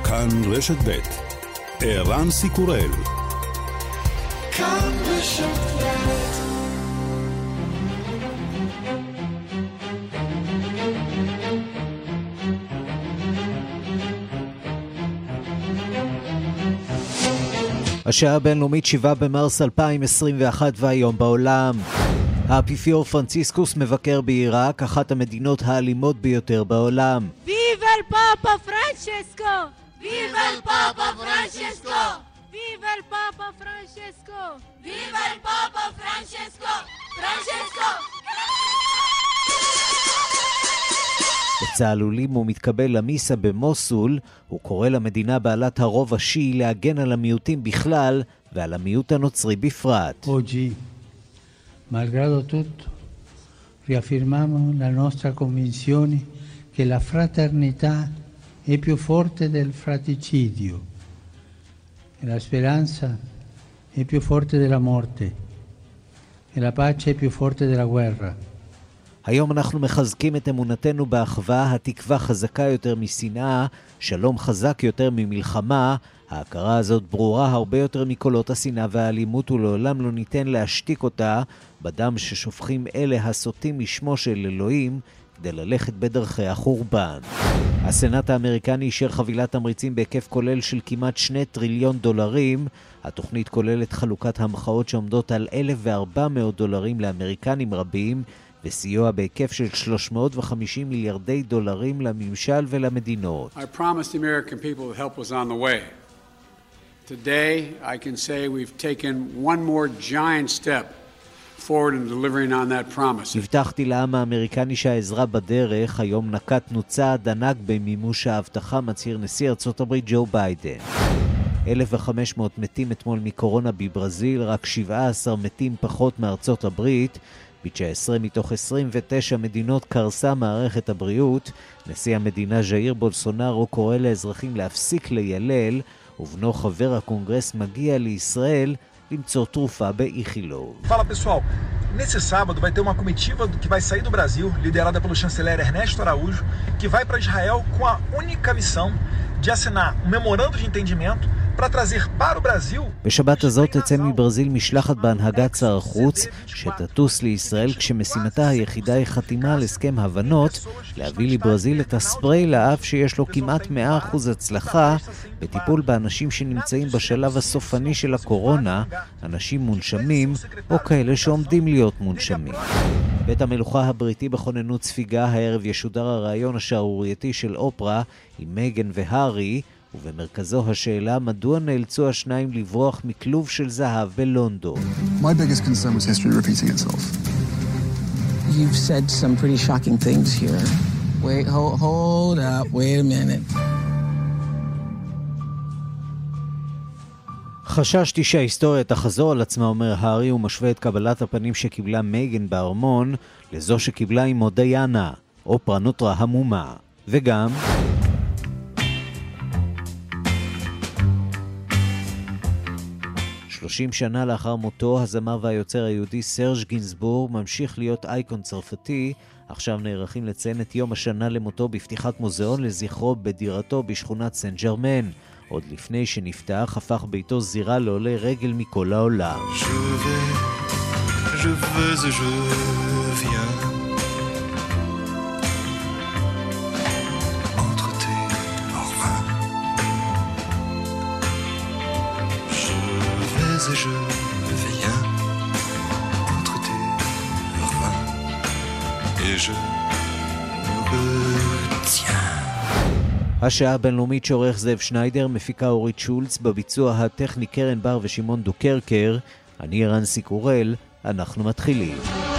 כאן רשת ב' ערן סיקורל. כאן רשת ב'. השעה הבינלאומית 7 במרס 2021 והיום בעולם. האפיפיור פרנציסקוס מבקר בעיראק, אחת המדינות האלימות ביותר בעולם. ויבה אל פאפה פרנצ'סקו! ויבה אל פאפה פרנצ'סקו! ויבה אל פאפה פרנצ'סקו! ויבה אל פאפה פרנצ'סקו! פרנצ'סקו! בצהלולים הוא מתקבל למיסה במוסול. הוא קורא למדינה בעלת הרוב השיעי להגן על המיעוטים בכלל ועל המיעוט הנוצרי בפרט. Oggi, malgrado tutto, riaffermiamo la nostra convinzione che la fraternità è più forte del fratricidio e la speranza è più forte della morte e la pace è più forte della guerra. היום אנחנו מחזקים את אמונתנו באחווה, התקווה חזקה יותר משנאה, שלום חזק יותר ממלחמה. ההכרה הזאת ברורה הרבה יותר מקולות השנאה והאלימות, ולעולם לא ניתן להשתיק אותה בדם ששופכים אלה הסוטים משמו של אלוהים כדי ללכת בדרכי החורבן. הסנאט האמריקני אישר חבילת תמריצים בהיקף כולל של כמעט $2 טריליון. התוכנית כוללת חלוקת המחאות שעומדות על $1,400 לאמריקנים רבים, וסיוע בהיקף של $350 מיליארד לממשל ולמדינות. I promised the American people that help was on the way. Today, I can say we've taken one more giant step forward in delivering on that promise. הבטחתי לעם האמריקני שהעזרה בדרך. היום נקטנו צעד ענק במימוש ההבטחה, מצהיר נשיא ארצות הברית ג'ו ביידן. 1,500 מתים אתמול מקורונה בברזיל, רק 17 מתים פחות מארצות הברית. ב-19 מתוך 29 מדינות קרסה מערכת הבריאות. נשיא המדינה ז'איר בולסונארו קורא לאזרחים להפסיק לילל, ובנו חבר הקונגרס מגיע לישראל למצוא תרופה באיכילוב. Fala pessoal, nesse sábado vai ter uma comitiva que vai sair do Brasil, liderada pelo chanceler Ernesto Araújo, que vai para Israel com a única missão de assinar um memorando de entendimento para trazer para o Brasil. בשבת הזאת תצא מברזיל משלחת בהנהגת שר החוץ שתטוס לישראל, כשמשימתה היחידה היא חתימה על הסכם הבנות להביא לברזיל את הספרי לאף שיש לו כמעט 100% הצלחה בטיפול באנשים שנמצאים בשלב הסופני של הקורונה, אנשים מונשמים או כאלה שעומדים להיות מונשמים. בית המלוכה הבריטי בכוננות ספיגה. הערב ישודר הרעיון השערורייתי של אופרה עם מייגן והארי, ובמרכזו השאלה מדוע נאלצו השניים לברוח מכלוב של זהב בלונדון. My biggest concern was history repeating itself. You've said some pretty shocking things here. Wait, hold up, wait a minute. חששתי שההיסטוריה תחזור על עצמה, אומר הארי, ומשווה את קבלת הפנים שקיבלה מייגן בארמון לזו שקיבלה עם דיאנה. אופרה נותרה המומה. וגם 30 שנה לאחר מותו, הזמר והיוצר היהודי סרג' גינסבורג ממשיך להיות אייקון צרפתי. עכשיו נערכים לציין את יום השנה למותו בפתיחת מוזיאון לזכרו בדירתו בשכונת סן ג'רמן. עוד לפני שנפתח, הפך ביתו זירה לעולי רגל מכל העולם. Je veux et je viens entre tes orphelins. Je vais et je viens entre tes orphelins et je me retiens. השעה הבינלאומית שעורך זאב שניידר, מפיקה אורית שולץ, בביצוע הטכני קרן בר ושמעון דוקרקר. אני ערן סיקורל, אנחנו מתחילים.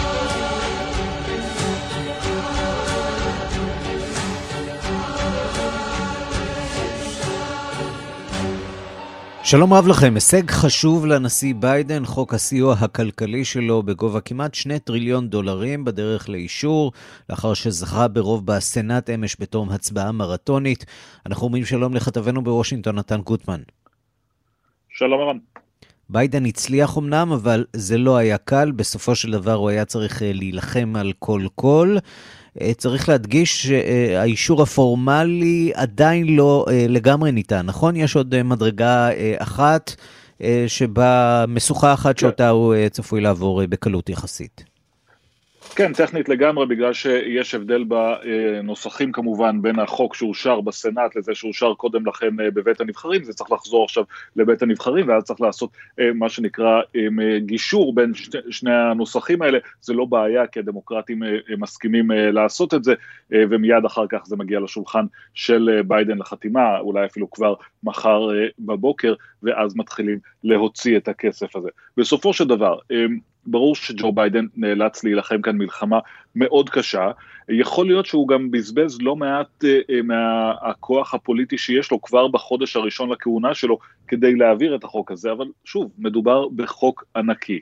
שלום רב לכם. הישג חשוב לנשיא ביידן, חוק הסיוע הכלכלי שלו בגובה כמעט $2 טריליון בדרך לאישור, לאחר שזכה ברוב בסנאט אמש בתום הצבעה מרתונית. אנחנו אומרים שלום לכתבנו בוושינגטון, נתן גוטמן. שלום ערן. ביידן הצליח אמנם, אבל זה לא היה קל. בסופו של דבר הוא היה צריך להילחם על כל. צריך להדגיש שהאישור הפורמלי עדיין לא לגמרי ניתן, נכון? יש עוד מדרגה אחת שבה משוכה אחת שאותה הוא צפוי לעבור בקלות יחסית. כן, טכנית לגמרי, בגלל שיש הבדל בנוסחים כמובן בין החוק שאושר בסנאט לזה שאושר קודם לכן בבית הנבחרים, זה צריך לחזור עכשיו לבית הנבחרים, ואז צריך לעשות מה שנקרא גישור בין שני הנוסחים האלה. זה לא בעיה, כי הדמוקרטים מסכימים לעשות את זה, ומיד אחר כך זה מגיע לשולחן של ביידן לחתימה, אולי אפילו כבר מחר בבוקר, ואז מתחילים להוציא את הכסף הזה. בסופו של דבר, ברור שג'ו ביידן נאלץ להילחם כאן מלחמה מאוד קשה, יכול להיות שהוא גם בזבז לא מעט מהכוח הפוליטי שיש לו כבר בחודש הראשון לכהונה שלו, כדי להעביר את החוק הזה, אבל שוב, מדובר בחוק ענקי,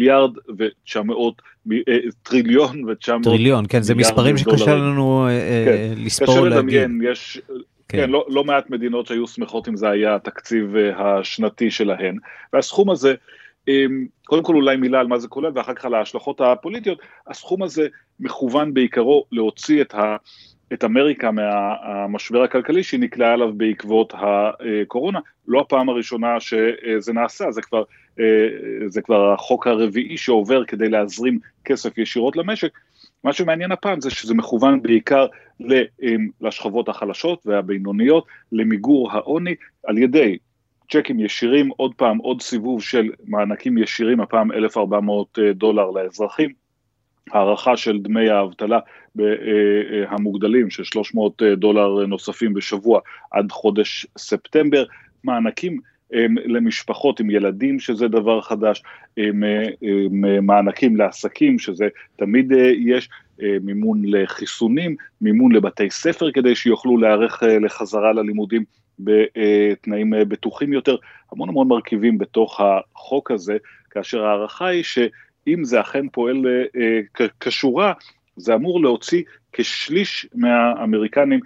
טריליון ו-900 טריליון, כן, זה מספרים שקשה לנו לספור להגיד. כן, לא מעט מדינות שהיו שמחות אם זה היה התקציב השנתי שלהן, והסכום הזה, קודם כל אולי מילה על מה זה כולל, ואחר כך על ההשלכות הפוליטיות. הסכום הזה מכוון בעיקרו להוציא את אמריקה מהמשבר הכלכלי שנקלעה עליו בעקבות הקורונה. לא הפעם הראשונה שזה נעשה, זה כבר החוק הרביעי שעובר כדי להזרים כסף ישירות למשק. מה שמעניין הפעם זה שזה מכוון בעיקר לשכבות החלשות והבינוניות, למיגור העוני, על ידי צ'קים ישירים, עוד פעם, עוד סיבוב של מענקים ישירים, הפעם $1,400 לאזרחים, הערכה של דמי האבטלה המוגדלים של $300 נוספים בשבוע עד חודש ספטמבר, מענקים למשפחות עם ילדים, שזה דבר חדש, מענקים לעסקים, שזה תמיד יש, מימון לחיסונים, מימון לבתי ספר כדי שיוכלו להיערך לחזרה ללימודים בתנאים בטוחים יותר, המון מרכיבים בתוך החוק הזה, כאשר הערכה היא שאם זה אכן פועל כשורה, זה אמור להוציא כשליש מהאמריקנים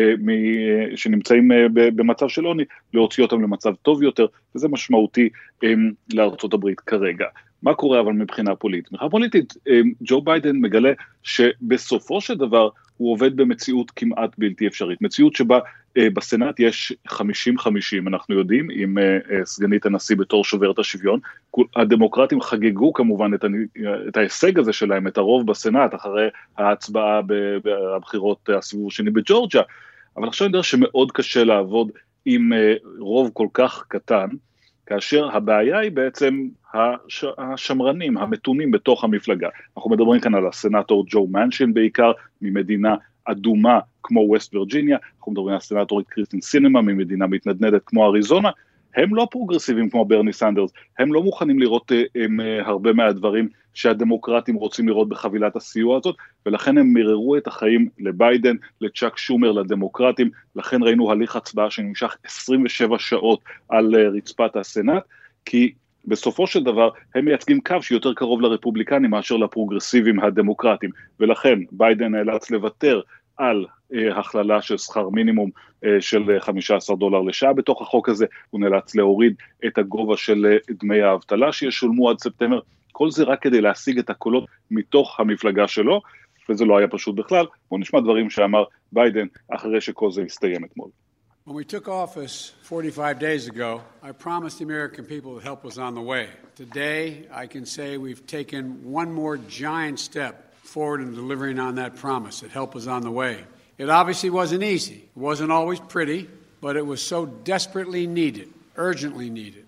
שנמצאים במצב של עוני, להוציא אותם למצב טוב יותר, וזה משמעותי לארצות הברית כרגע. מה קורה אבל מבחינה פוליטית? מבחינה פוליטית, ג'ו ביידן מגלה שבסופו של דבר הוא עובד במציאות כמעט בלתי אפשרית, מציאות שבה בסנאט יש 50-50, אנחנו יודעים, עם סגנית הנשיא בתור שוברת השוויון, הדמוקרטים חגגו כמובן את ההישג הזה שלהם, את הרוב בסנאט, אחרי ההצבעה בבחירות הסיבוב השני בג'ורג'יה, אבל עכשיו אני יודע שמאוד קשה לעבוד עם רוב כל כך קטן, כאשר הבעיה היא בעצם השמרנים, המתונים בתוך המפלגה. אנחנו מדברים כאן על הסנאטור ג'ו מנשין בעיקר, ממדינה אדומה כמו ווסט וירג'יניה, אנחנו מדברים על הסנאטורית קריסטין סינמה, ממדינה מתנדנדת כמו אריזונה, הם לא פרוגרסיביים כמו ברני סנדרס, הם לא מוכנים לראות הרבה מהדברים שהדמוקרטים רוצים לראות בחבילת הסיוע הזאת, ולכן הם מררו את החיים לביידן, לצ'אק שומר, לדמוקרטים, לכן ראינו הליך הצבעה שנמשך 27 שעות על רצפת הסנאט, כי בסופו של דבר הם מייצגים קו שיותר קרוב לרפובליקנים מאשר לפרוגרסיביים הדמוקרטים, ולכן ביידן נאלץ לוותר על הכללה של שכר מינימום של $15 לשעה בתוך החוק הזה, הוא נאלץ להוריד את הגובה של דמי האבטלה שישולמו עד ספטמבר, כל זה רק כדי להשיג את הקולות מתוך המפלגה שלו, וזה לא היה פשוט בכלל. בואו נשמע דברים שאמר ביידן אחרי שכל זה הסתיים אתמול. When we took office 45 days ago, I promised the American people that help was on the way. Today, I can say we've taken one more giant step forward in delivering on that promise, that help was on the way. It obviously wasn't easy. It wasn't always pretty, but it was so desperately needed, urgently needed.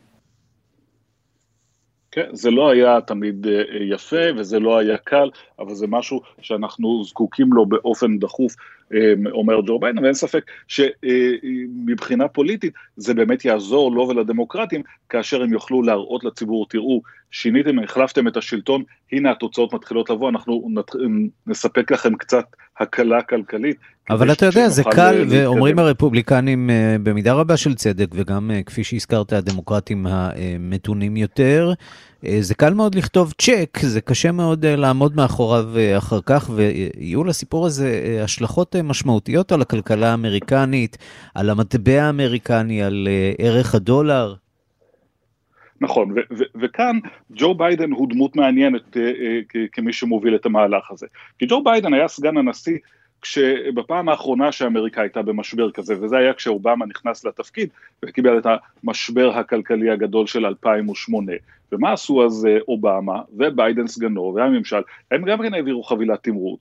כן, זה לא היה תמיד יפה וזה לא היה קל, אבל זה משהו שאנחנו זקוקים לו באופן דחוף, אומר ג'ו ביידן, ואין ספק שמבחינה פוליטית זה באמת יעזור לו ולדמוקרטים, כאשר הם יוכלו להראות לציבור, תראו, שיניתם, החלפתם את השלטון, הנה התוצאות מתחילות לבוא, אנחנו נספק לכם קצת הקלה כלכלית. אבל אתה יודע, זה קל, ואומרים הרפובליקנים במידה רבה של צדק, וגם כפי שהזכרת הדמוקרטים המתונים יותר, זה קל מאוד לכתוב צ'ק, זה קשה מאוד לעמוד מאחוריו אחר כך, ויהיו לסיפור הזה השלכות משמעותיות על הכלכלה האמריקנית, על המטבע האמריקני, על ערך הדולר. נכון, וכאן ג'ו ביידן הוא דמות מעניינת כמי שמוביל את המהלך הזה. כי ג'ו ביידן היה סגן הנשיא כשבפעם האחרונה שאמריקה הייתה במשבר כזה, וזה היה כשאובמה נכנס לתפקיד וקיבל את המשבר הכלכלי הגדול של 2008. ומה עשו אז אובמה וביידן סגנו והממשל? הם גם כן העבירו חבילת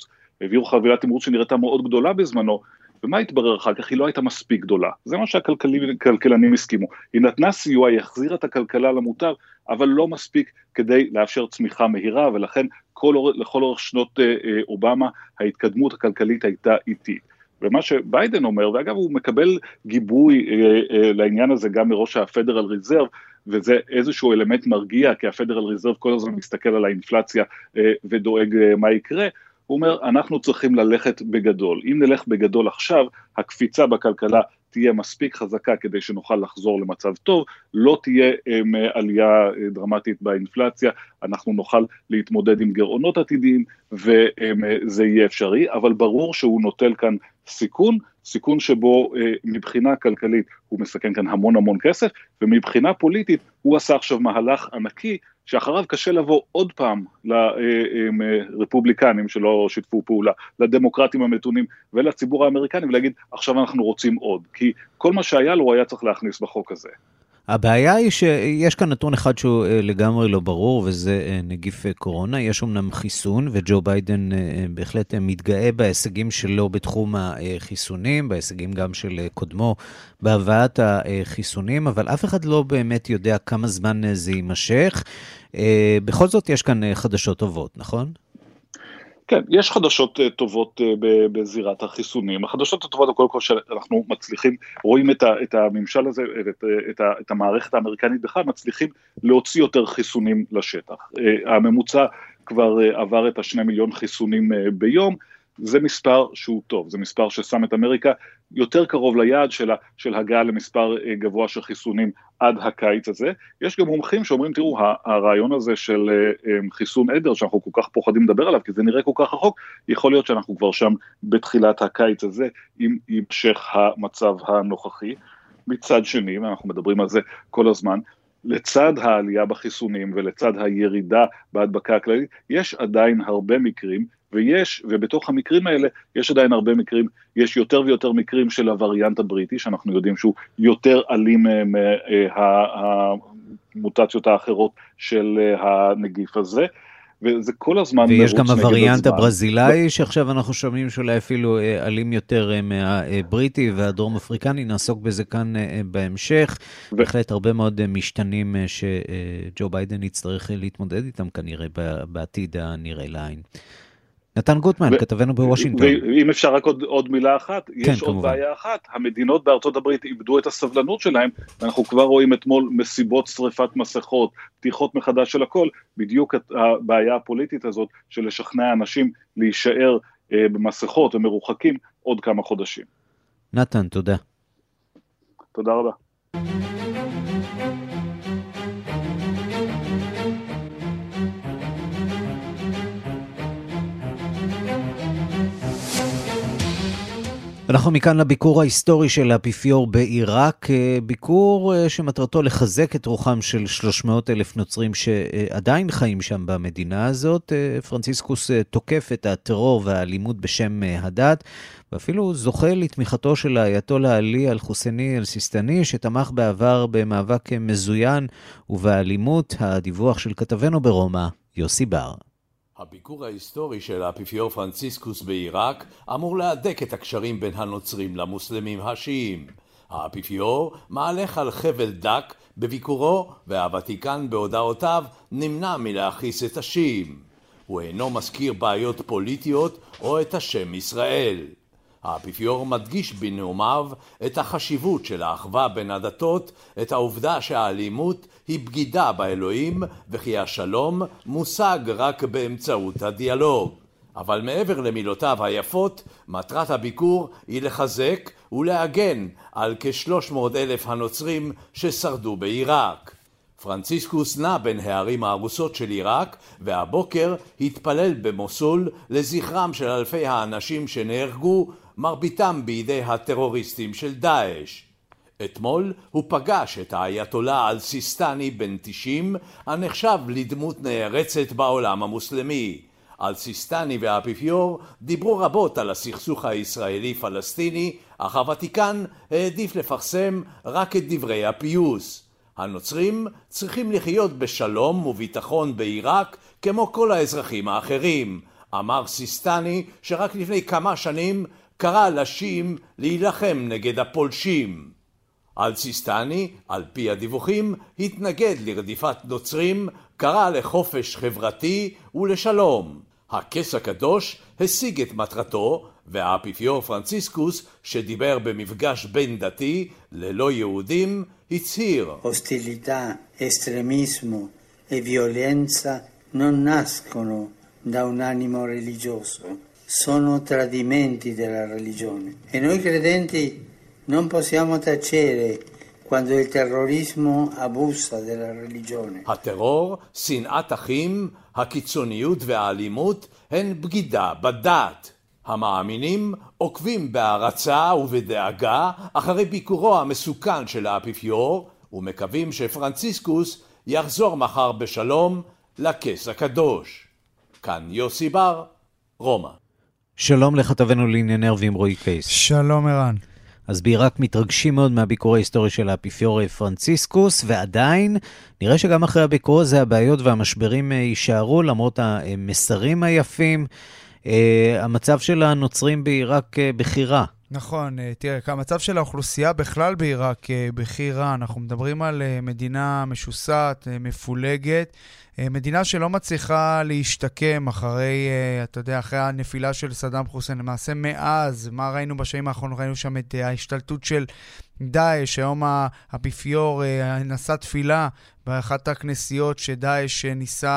תמרוץ שנראתה מאוד גדולה בזמנו, ומה התברר אחר כך? היא לא הייתה מספיק גדולה. זה מה שהכלכלנים הסכימו. היא נתנה סיוע, היא החזירה את הכלכלה למוטב, אבל לא מספיק כדי לאפשר צמיחה מהירה, ולכן לכל אורך שנות אובמה, ההתקדמות הכלכלית הייתה איטית. ומה שביידן אומר, ואגב הוא מקבל גיבוי לעניין הזה גם מראש הפדרל ריזרב, וזה איזשהו אלמנט מרגיע, כי הפדרל ריזרב כל הזמן מסתכל על האינפלציה ודואג מה יקרה, הוא אומר, אנחנו צריכים ללכת בגדול. אם נלך בגדול עכשיו, הקפיצה בכלכלה תהיה מספיק חזקה כדי שנוכל לחזור למצב טוב, לא תהיה עלייה דרמטית באינפלציה, אנחנו נוכל להתמודד עם גירעונות עתידיים, וזה יהיה אפשרי, אבל ברור שהוא נוטל כאן סיכון שבו מבחינה כלכלית הוא מסכן כאן המון כסף, ומבחינה פוליטית הוא עשה עכשיו מהלך ענקי, שאחריו קשה לבוא עוד פעם לרפובליקנים שלא שיתפו פעולה, לדמוקרטים המתונים ולציבור האמריקני, ולהגיד עכשיו אנחנו רוצים עוד, כי כל מה שהיה לו היה צריך להכניס בחוק הזה. הבעיה היא שיש כאן נתון אחד שהוא לגמרי לא ברור, וזה נגיף קורונה. יש אומנם חיסון, וג'ו ביידן בהחלט מתגאה בהישגים שלו בתחום החיסונים, בהישגים גם של קודמו בהבאת החיסונים, אבל אף אחד לא באמת יודע כמה זמן זה יימשך. בכל זאת יש כאן חדשות טובות, נכון? כן, יש חדשות טובות בזירת החיסונים. החדשות הטובות, קודם כל שאנחנו מצליחים, רואים את הממשל הזה, את המערכת האמריקנית בכלל, מצליחים להוציא יותר חיסונים לשטח. הממוצע כבר עבר את 2 מיליון חיסונים ביום, זה מספר שהוא טוב, זה מספר ששם את אמריקה יותר קרוב ליעד של הגעה למספר גבוה של חיסונים עד הקיץ הזה. יש גם מומחים שאומרים, תראו, הרעיון הזה של חיסון עדר, שאנחנו כל כך פוחדים לדבר עליו, כי זה נראה כל כך רחוק, יכול להיות שאנחנו כבר שם בתחילת הקיץ הזה, אם יימשך המצב הנוכחי. מצד שני, אנחנו מדברים על זה כל הזמן, לצד העלייה בחיסונים ולצד הירידה בהדבקה הכללית, יש עדיין הרבה מקרים, ובתוך המקרים האלה יש עדיין הרבה מקרים, יש יותר ויותר מקרים של הווריאנט הבריטי, שאנחנו יודעים שהוא יותר אלים מהמוטציות האחרות של הנגיף הזה, וזה כל הזמן ויש גם הווריאנט הברזילאי, שעכשיו אנחנו שומעים שאולי אפילו אלים יותר מהבריטי והדרום אפריקני, נעסוק בזה כאן בהמשך, בהחלט הרבה מאוד משתנים שג'ו ביידן יצטרך להתמודד איתם כנראה בעתיד הנראה לעין. נתן גוטמן, כתבנו בוושינגטון. ואם אפשר רק עוד מילה אחת, יש עוד בעיה אחת, המדינות בארצות הברית איבדו את הסבלנות שלהם, ואנחנו כבר רואים אתמול מסיבות שריפת מסכות, פתיחות מחדש של הכל, בדיוק הבעיה הפוליטית הזאת של לשכנע אנשים להישאר במסכות ומרוחקים עוד כמה חודשים. נתן, תודה. תודה רבה. אנחנו מכאן לביקור ההיסטורי של האפיפיור בעיראק, ביקור שמטרתו לחזק את רוחם של 300,000 נוצרים שעדיין חיים שם במדינה הזאת. פרנציסקוס תוקף את הטרור והאלימות בשם הדת, ואפילו זוכה לתמיכתו של האייתולה עלי אל-חוסייני אל-סיסטני, שתמך בעבר במאבק מזוין ובאלימות. הדיווח של כתבנו ברומא, יוסי בר. הביקור ההיסטורי של האפיפיור פרנציסקוס בעיראק אמור להדק את הקשרים בין הנוצרים למוסלמים השיעים. האפיפיור מהלך על חבל דק בביקורו, והוותיקן בהודעותיו נמנע מלהכיס את השיעים. הוא אינו מזכיר בעיות פוליטיות או את השם ישראל. האפיפיור מדגיש בנאומיו את החשיבות של האחווה בין הדתות, את העובדה שהאלימות היא בגידה באלוהים, וכי השלום מושג רק באמצעות הדיאלוג. אבל מעבר למילותיו היפות, מטרת הביקור היא לחזק ולהגן על כ-300,000 הנוצרים ששרדו בעיראק. פרנציסקוס נע בין הערים הרוסות של עיראק, והבוקר התפלל במוסול לזכרם של אלפי האנשים שנהרגו, מרביתם בידי הטרוריסטים של דאעש. אתמול הוא פגש את האייתולה אל-סיסטני בן 90, הנחשב לדמות נערצת בעולם המוסלמי. אל-סיסטני והאפיפיור דיברו רבות על הסכסוך הישראלי-פלסטיני, אך הוותיקן העדיף לפרסם רק את דברי הפיוס. הנוצרים צריכים לחיות בשלום וביטחון בעיראק כמו כל האזרחים האחרים, אמר סיסטני, שרק לפני כמה שנים קרא לשיעים להילחם נגד הפולשים. אל-סיסטני, על פי הדיווחים, התנגד לרדיפת נוצרים, קרא לחופש חברתי ולשלום. הכס הקדוש השיג את מטרתו, והאפיפיור פרנציסקוס, שדיבר במפגש בין דתי ללא יהודים, הצהיר: Hostilità, estremismo e violenza non nascono da un animo religioso, sono tradimenti della religione. E noi credenti non possiamo tacere quando il terrorismo abusa della religione. הטרור, שנאת אחים, הקיצוניות והאלימות הן בגידה בדת. המאמינים עוקבים בהרצה ובדאגה אחרי ביקורו המסוכן של האפיפיור, ומקווים שפרנציסקוס יחזור מחר בשלום לכס הקדוש. כאן יוסי בר, רומא. שלום לכתבנו לענייני ערבים רועי קייס. שלום ערן. אז בעיראק מתרגשים מאוד מהביקור ההיסטורי של האפיפיור פרנציסקוס, ועדיין נראה שגם אחרי הביקור הזה הבעיות והמשברים יישארו, למרות המסרים היפים. המצב של הנוצרים בעיראק בכי רע. נכון, תראה, המצב של האוכלוסייה בכלל בעיראק בכי רע. אנחנו מדברים על מדינה משוסעת, מפולגת, מדינה שלא מצליחה להשתקם אחרי, אתה יודע, אחרי הנפילה של סדאם חוסיין. למעשה מאז, מה ראינו בשנים האחרונות? ראינו שם את ההשתלטות של דאעש. היום האפיפיור נשא תפילה באחת הכנסיות שדאעש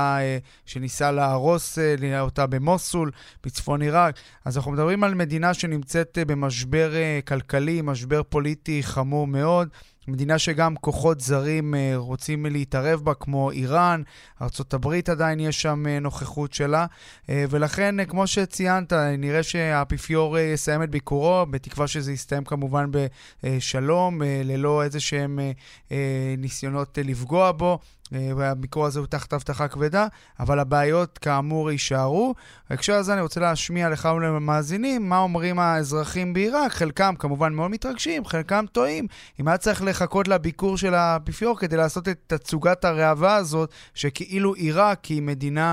שניסה להרוס אותה במוסול, בצפון עיראק. אז אנחנו מדברים על מדינה שנמצאת במשבר כלכלי, משבר פוליטי חמור מאוד. מדינה שגם כוחות זרים רוצים להתערב בה, כמו איראן, ארצות הברית עדיין יש שם נוכחות שלה, ולכן, כמו שציינת, נראה שהאפיפיור יסיים את ביקורו, בתקווה שזה יסתיים כמובן בשלום, ללא איזה שהם ניסיונות לפגוע בו, והביקור הזה הוא תחת הבטחה כבדה, אבל הבעיות כאמור יישארו. בהקשר הזה אני רוצה להשמיע לך ולמאזינים מה אומרים האזרחים בעיראק. חלקם כמובן מאוד מתרגשים, חלקם טועים. אם היה צריך לחכות לביקור של האפיפיור כדי לעשות את תצוגת הראווה הזאת, שכאילו עיראק היא מדינה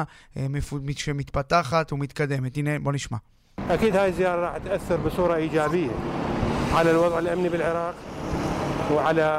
שמתפתחת ומתקדמת. הנה, בוא נשמע. أكيد هاي الزيارة راح تأثر بصورة إيجابية على الوضع الأمني بالعراق وعلى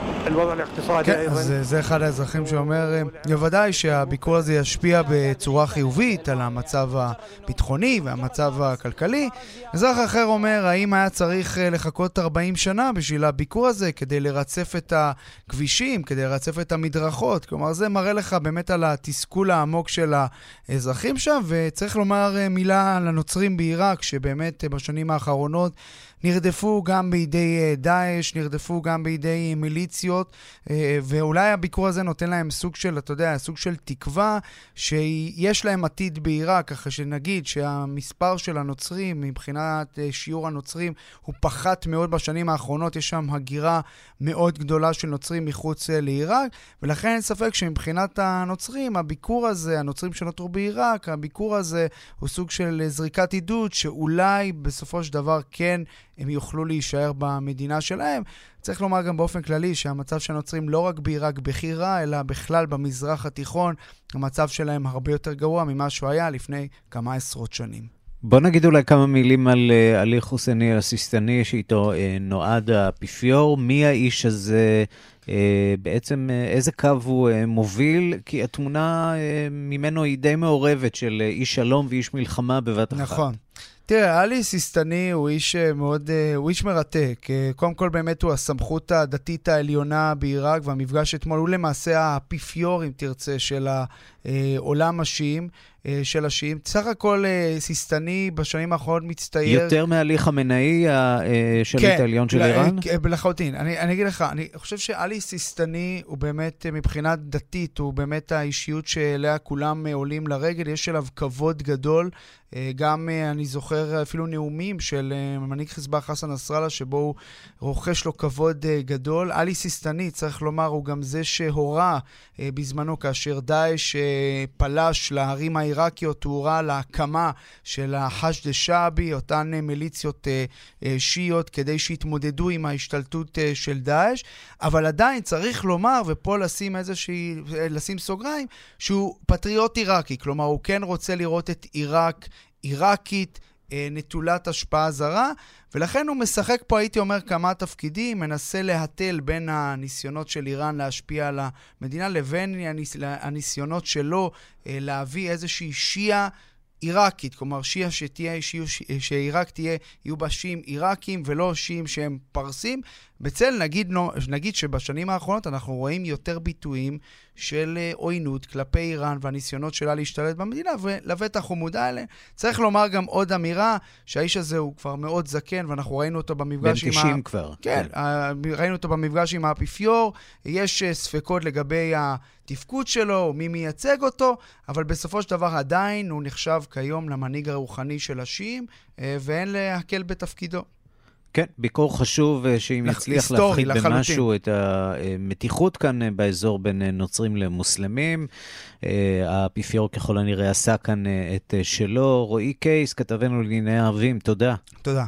כן, אז זה אחד האזרחים שאומר, בוודאי שהביקור הזה ישפיע בצורה חיובית על המצב הביטחוני והמצב הכלכלי. אזרח אחר אומר, האם היה צריך לחכות 40 שנה בשביל הביקור הזה כדי לרצף את הכבישים, כדי לרצף את המדרכות? כלומר, זה מראה לך באמת על התסכול העמוק של האזרחים שם, וצריך לומר מילה על הנוצרים בעיראק, שבאמת בשנים האחרונות נרדפו גם בידי דאעש, נרדפו גם בידי מיליציות, ואולי הביקור הזה נותן להם סוג של, אתה יודע, סוג של תקווה שיש להם עתיד בעיראק, ככה שנגיד שהמספר של הנוצרים, מבחינת שיעור הנוצרים, הוא פחת מאוד בשנים האחרונות, יש שם הגירה מאוד גדולה של נוצרים מחוץ לעיראק, ולכן אין ספק שמבחינת הנוצרים, הביקור הזה, הנוצרים שנותרו בעיראק, הביקור הזה הוא סוג של זריקת עידוד, שאולי בסופו של דבר כן הם יוכלו להישאר במדינה שלהם. צריך לומר גם באופן כללי שהמצב של הנוצרים לא רק בעיראק בכי רע, אלא בכלל במזרח התיכון, המצב שלהם הרבה יותר גרוע ממה שהוא היה לפני כמה עשרות שנים. בוא נגיד אולי כמה מילים על עלי חוסייני אל-סיסטני, שאיתו נועד האפיפיור. מי האיש הזה? בעצם איזה קו הוא מוביל? כי התמונה ממנו היא די מעורבת של איש שלום ואיש מלחמה בבת אחת. נכון. תראה, עלי סיסטני הוא איש מאוד, הוא איש מרתק. קודם כל באמת הוא הסמכות הדתית העליונה בעיראק, והמפגש אתמול הוא למעשה האפיפיור, אם תרצה, של העולם השיעים. של השיעים. סך הכל סיסטני בשנים האחרונות מצטייר... יותר מהליך המנהי שליט העליון של איראן? כן, לחלוטין. אני אגיד לך, אני חושב שעלי סיסטני הוא באמת, מבחינה דתית, הוא באמת האישיות שאליה כולם עולים לרגל, יש אליו כבוד גדול. גם אני זוכר אפילו נאומים של מנהיג חיזבאללה חסן נסראללה, שבו הוא רוכש לו כבוד גדול. עלי סיסטני, צריך לומר, הוא גם זה שהורה בזמנו כאשר דאעש פלש להרים העיראקיות, הוא הורה להקמה של החשד שעבי, אותן מיליציות שיעיות, כדי שיתמודדו עם ההשתלטות של דאעש. אבל עדיין צריך לומר, ופה לשים סוגריים, שהוא פטריוט עיראקי, כלומר הוא כן רוצה לראות את עיראק עיראקית, נטולת השפעה זרה, ולכן הוא משחק פה, הייתי אומר, כמה תפקידים, מנסה להטל בין הניסיונות של איראן להשפיע על המדינה, לבין הניסיונות שלו להביא איזושהי שיעה עיראקית, כלומר שיעה שעיראק יהיו בה שיעים עיראקים ולא שיעים שהם פרסים. בצל נגיד שבשנים האחרונות אנחנו רואים יותר ביטויים של עוינות כלפי איראן והניסיונות שלה להשתלט במדינה, ולבטח הוא מודע אליהם. צריך לומר גם עוד אמירה, שהאיש הזה הוא כבר מאוד זקן, ואנחנו ראינו אותו במפגש עם... בן 90 כבר. כן, ראינו אותו במפגש עם האפיפיור, יש ספקות לגבי התפקוד שלו, או מי מייצג אותו, אבל בסופו של דבר עדיין הוא נחשב כיום למנהיג הרוחני של השיעים, ואין להקל בתפקידו. כן, ביקור חשוב שאם יצליח להפחית במשהו את המתיחות כאן באזור בין נוצרים למוסלמים. האפיפיור ככל הנראה עשה כאן את שלו. רועי קייס, כתבנו לענייני ערבים, תודה. תודה.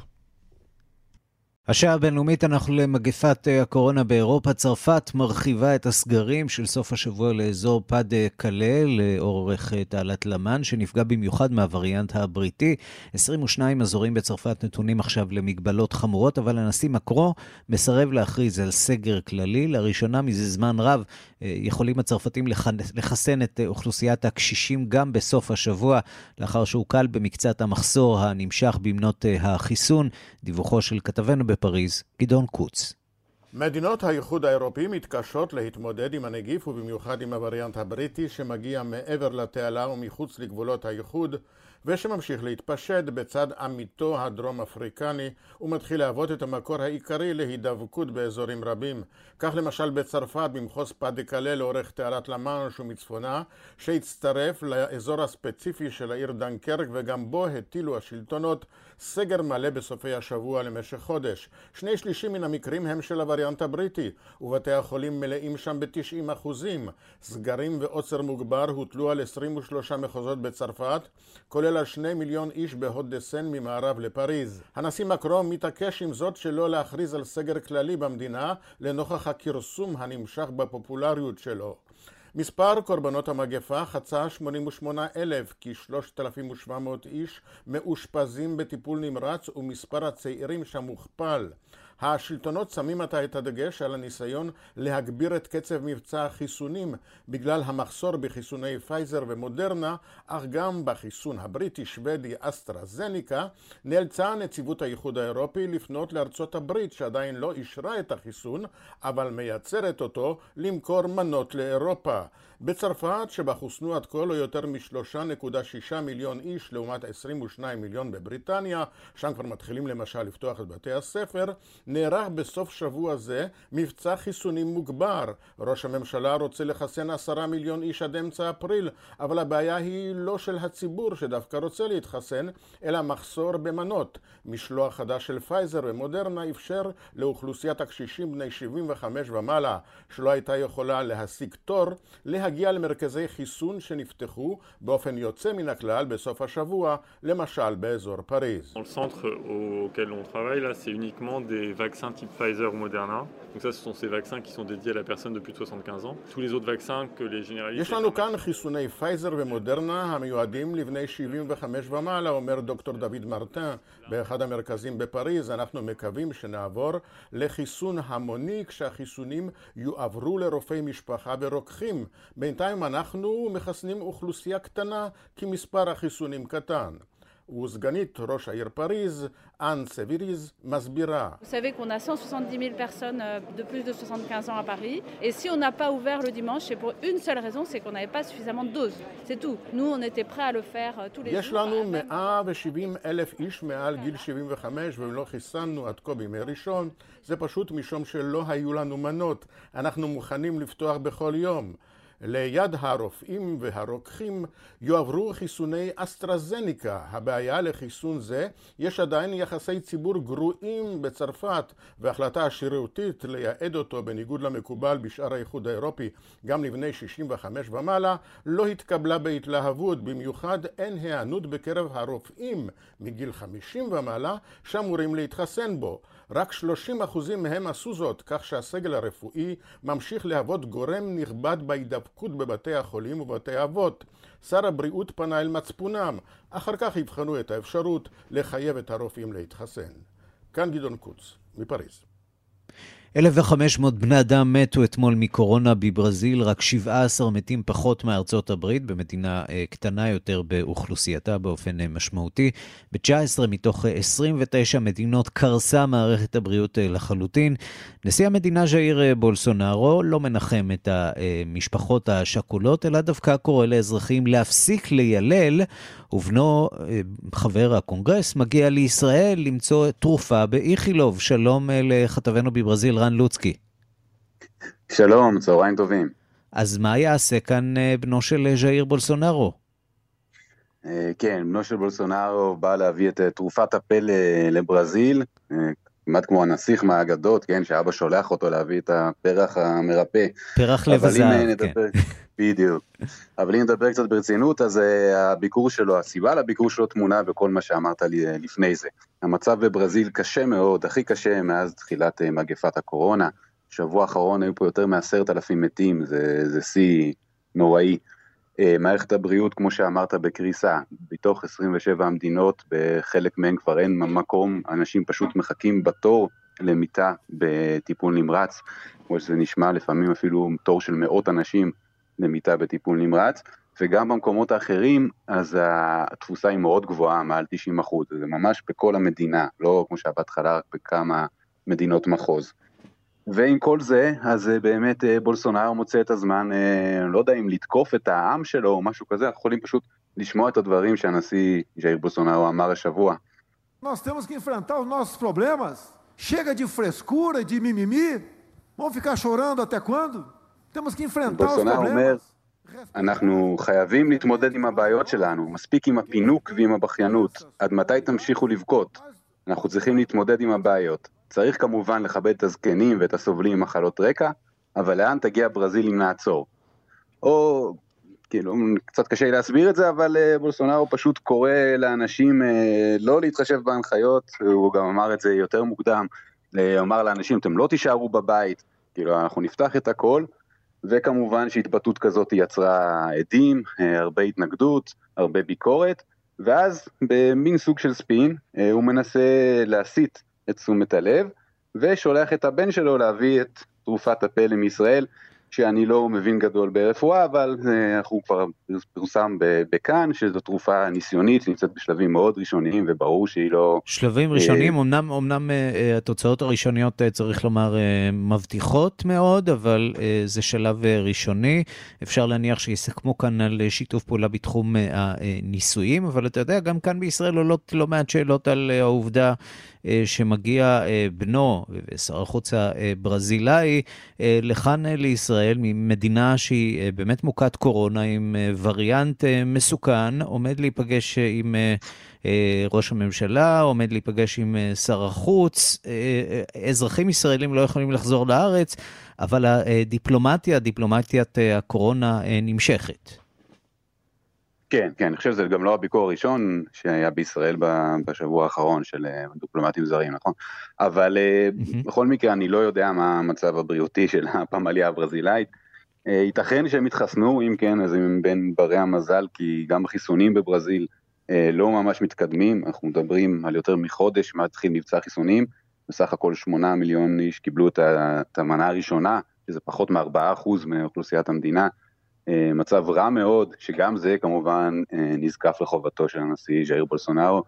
השעה הבינלאומית, אנחנו למגפת הקורונה באירופה. צרפת מרחיבה את הסגרים של סוף השבוע לאזור פד קלה, לאורך תעלת למן, שנפגע במיוחד מהווריאנט הבריטי. 22 אזורים בצרפת נתונים עכשיו למגבלות חמורות, אבל הנשיא מקרו מסרב להכריז על סגר כללי. לראשונה מזה זמן רב יכולים הצרפתים לחסן את אוכלוסיית הקשישים גם בסוף השבוע, לאחר שהוא קל במקצת המחסור הנמשך במנות החיסון. דיווחו של כתבנו בפריז, גדעון קוץ. מדינות האיחוד האירופי מתקשות להתמודד עם הנגיף, ובמיוחד עם הווריאנט הבריטי שמגיע מעבר לתעלה ומחוץ לגבולות האיחוד, ושממשיך להתפשט בצד עמיתו הדרום אפריקני, ומתחיל להוות את המקור העיקרי להידבקות באזורים רבים. כך למשל בצרפת, במחוז פד קלה לאורך תעלת למאנש ומצפונה, שהצטרף לאזור הספציפי של העיר דנקרק, וגם בו הטילו השלטונות סגר מלא בסופי השבוע למשך חודש. 2/3 מן המקרים הם של הווריאנט הבריטי, ובתי החולים מלאים שם ב-90%. סגרים ועוצר מוגבר הוטלו על 23 מחוזות בצרפת, כולל על 2 מיליון איש בהוד דסן ממערב לפריז. הנשיא מקרון מתעקש עם זאת שלא להכריז על סגר כללי במדינה, לנוכח הכרסום הנמשך בפופולריות שלו. מספר קורבנות המגפה חצה 88,000, כ-3,700 איש מאושפזים בטיפול נמרץ, ומספר הצעירים שם מוכפל. השלטונות שמים את הדגש על הניסיון להגביר את קצב מבצע החיסונים בגלל המחסור בחיסוני פייזר ומודרנה, אך גם בחיסון הבריטי, שוודי, אסטרהזניקה. נאלצה נציבות האיחוד האירופי לפנות לארצות הברית, שעדיין לא אישרה את החיסון, אבל מייצרת אותו, למכור מנות לאירופה. בצרפת, שבה חוסנו עד כה לא יותר מ3.6 מיליון איש לעומת 22 מיליון בבריטניה, שם כבר מתחילים למשל לפתוח את בתי הספר, נערך בסוף שבוע זה מבצע חיסונים מוגבר. ראש הממשלה רוצה לחסן 10 מיליון איש עד אמצע אפריל, אבל הבעיה היא לא של הציבור שדווקא רוצה להתחסן, אלא מחסור במנות. משלוח חדש של פייזר ומודרנה אפשר לאוכלוסיית הקשישים בני 75 ומעלה, שלא הייתה יכולה להשיג תור, להגיע למרכזי חיסון שנפתחו באופן יוצא מן הכלל בסוף השבוע, למשל באזור פריז. Le centre auquel on travaille là, c'est uniquement des vaccins type Pfizer ou Moderna. Donc ça, ce sont ces vaccins qui sont dédiés à la personne de plus de 75 ans. Tous les autres vaccins que les généralistes... יש לנו כאן חיסוני פייזר ומודרנה המיועדים לבני 75 ומעלה, אומר דוקטור דוד מרטן באחד המרכזים בפריז. אנחנו מקווים שנעבור לחיסון המוני כשהחיסונים יועברו לרופאי משפחה ורוקחים. בינתיים אנחנו מחסנים אוכלוסייה קטנה כי מספר החיסונים קטן. וסגנית ראש העיר פריז, אן סביריז, מסבירה. Vous savez qu'on a 170 000 personnes de plus de 75 ans à Paris. Et si on n'a pas ouvert le dimanche, c'est pour une seule raison, c'est qu'on n'avait pas suffisamment de doses. C'est tout. Nous, on était prêts à le faire tous les jours. יש לנו 170,000 איש מעל גיל 75 ולא חיסנו עד כה בימי ראשון. זה פשוט משום שלא היו לנו מנות. אנחנו מוכנים לפתוח בכל יום. ליד הרופאים והרוקחים יועברו חיסוני אסטרזניקה. הבעיה לחיסון זה, יש עדיין יחסי ציבור גרועים בצרפת, והחלטה השרירותית לייעד אותו בניגוד למקובל בשאר האיחוד האירופי גם לבני 65 ומעלה, לא התקבלה בהתלהבות. במיוחד אין הענות בקרב הרופאים מגיל 50 ומעלה שאמורים להתחסן בו. רק 30% מהם עשו זאת, כך שהסגל הרפואי ממשיך להוות גורם נכבד בהידבקות בבתי החולים ובתי אבות. שר הבריאות פנה אל מצפונם, אחר כך יבחנו את האפשרות לחייב את הרופאים להתחסן. כאן גדעון קוץ, מפריז. 1,500 בני אדם מתו אתמול מקורונה בברזיל, רק 17 מתים פחות מארצות הברית, במדינה קטנה יותר באוכלוסייתה באופן משמעותי. ב-19 מתוך 29 מדינות קרסה מערכת הבריאות לחלוטין. נשיא המדינה ז'איר בולסונארו לא מנחם את המשפחות השכולות, אלא דווקא קורא לאזרחים להפסיק לילל, ובנו, חבר הקונגרס, מגיע לישראל למצוא תרופה באיכילוב. שלום לכתבנו בברזיל, רן לוצקי. שלום, צהריים טובים. אז מה יעשה כאן בנו של ז'איר בולסונארו? כן, בנו של בולסונארו בא להביא את תרופת הפלא לברזיל, כמעט כמו הנסיך מהאגדות, כן, שאבא שולח אותו להביא את הפרח המרפא. פרח לב הזהב, כן. בדיוק. אבל אם נדבר קצת ברצינות, אז הביקור שלו, הסיבה לביקור שלו תמונה בכל מה שאמרת לי לפני זה. המצב בברזיל קשה מאוד, הכי קשה מאז תחילת מגפת הקורונה. שבוע האחרון היו פה יותר מ10,000 מתים, זה שיא נוראי. מערכת הבריאות, כמו שאמרת, בקריסה. בתוך 27 המדינות, בחלק מהן כבר אין מקום, אנשים פשוט מחכים בתור למיטה בטיפול נמרץ, כמו שזה נשמע לפעמים אפילו תור של מאות אנשים למיטה בטיפול נמרץ, וגם במקומות האחרים, אז התפוסה היא מאוד גבוהה, מעל 90%, זה ממש בכל המדינה, לא כמו שבהתחלה רק בכמה מדינות מחוז. ועם כל זה, אז באמת בולסונארו מוצא את הזמן, לא יודע אם לתקוף את העם שלו או משהו כזה, אנחנו יכולים פשוט לשמוע את הדברים שהנשיא ז'איר בולסונארו אמר השבוע. Nós temos que enfrentar os nossos problemas. Chega de frescura, de mimimi. Vamos ficar chorando até quando? Temos que enfrentar os problemas. אנחנו חייבים להתמודד עם הבעיות שלנו, מספיק עם הפינוק ועם הבכיינות. עד מתי תמשיכו לבכות? אנחנו צריכים להתמודד עם הבעיות. צריך כמובן לכבד את הזקנים ואת הסובלים עם מחלות רקע, אבל לאן תגיע ברזיל אם נעצור? או, כאילו, קצת קשה להסביר את זה, אבל בולסונארו פשוט קורא לאנשים לא להתחשב בהנחיות, הוא גם אמר את זה יותר מוקדם, אמר לאנשים, אתם לא תישארו בבית, כאילו, אנחנו נפתח את הכל, וכמובן שהתבטאות כזאת יצרה עדים, הרבה התנגדות, הרבה ביקורת, ואז במין סוג של ספין, הוא מנסה להסיט את תשומת הלב, ושולח את הבן שלו להביא את תרופת הפלא מישראל, שאני לא מבין גדול ברפואה, אבל אנחנו כבר פרסם בכאן, שזו תרופה ניסיונית, שנמצאת בשלבים מאוד ראשוניים, וברור שהיא לא... שלבים ראשוניים, אמנם התוצאות הראשוניות, צריך לומר, מבטיחות מאוד, אבל זה שלב ראשוני. אפשר להניח שיסכמו כאן על שיתוף פעולה בתחום הניסויים, אבל אתה יודע, גם כאן בישראל עולות לא מעט שאלות על העובדה שמגיע בנו ושר החוץ הברזילאי לכאן לישראל, ממדינה שהיא באמת מוכת קורונה עם וריאנט מסוכן, עומד להיפגש עם ראש הממשלה, עומד להיפגש עם שר החוץ, אזרחים ישראלים לא יכולים לחזור לארץ, אבל דיפלומטיית הקורונה נמשכת. כן, כן, אני חושב שזה גם לא הביקור הראשון שהיה בישראל בשבוע האחרון של דיפלומטים זרים, נכון? אבל בכל מקרה אני לא יודע מה המצב הבריאותי של הפמליה הברזילאית. ייתכן שהם התחסנו, אם כן, אז הם בין ברי המזל, כי גם החיסונים בברזיל לא ממש מתקדמים, אנחנו מדברים על יותר מחודש מה התחיל מבצע חיסונים, בסך הכל 8 מיליון איש קיבלו את המנה הראשונה, שזה פחות מ4% מאוכלוסיית המדינה, מצב רע מאוד, שגם זה כמובן נזקף לחובתו של הנשיא ז'איר בולסונארו,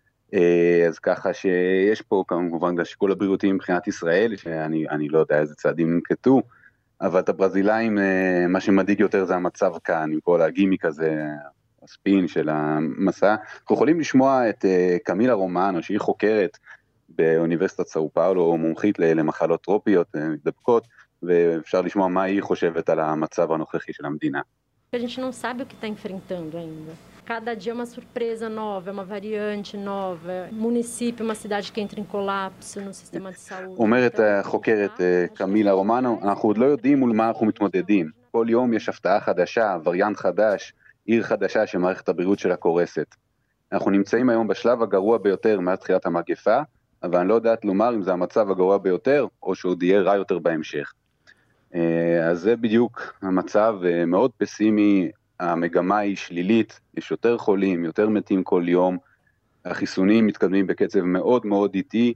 אז ככה שיש פה כמובן השיקול הבריאותי מבחינת ישראל, שאני לא יודע איזה צעדים ננקטו, אבל את הברזילאים, מה שמדאיג יותר זה המצב כאן, עם כל הגימיק הזה, הספין של המסע. אנחנו יכולים לשמוע את קמילה רומאנו, שהיא חוקרת באוניברסיטת סאו פאולו, מומחית למחלות טרופיות, מדבקות, ואפשר לשמוע מה היא חושבת על המצב הנוכחי של המדינה. A gente não sabe o que está enfrentando ainda. Cada dia é uma surpresa nova, é uma variante nova, município, uma cidade que entra em colapso no sistema de saúde. אומרת החוקרת קמילה רומאנו, אנחנו עוד לא יודעים מול מה אנחנו מתמודדים. כל יום יש הפתעה חדשה, וריאנט חדש, עיר חדשה שמערכת הבריאות שלה קורסת. אנחנו נמצאים היום בשלב הגרוע ביותר מאז תחילת המגפה, אבל אני לא יודעת לומר אם זה המצב הגרוע ביותר, או שעוד יהיה רע יותר בהמשך. אז זה בדיוק המצב, מאוד פסימי, המגמה היא שלילית, יש יותר חולים, יותר מתים כל יום, החיסונים מתקדמים בקצב מאוד מאוד איטי,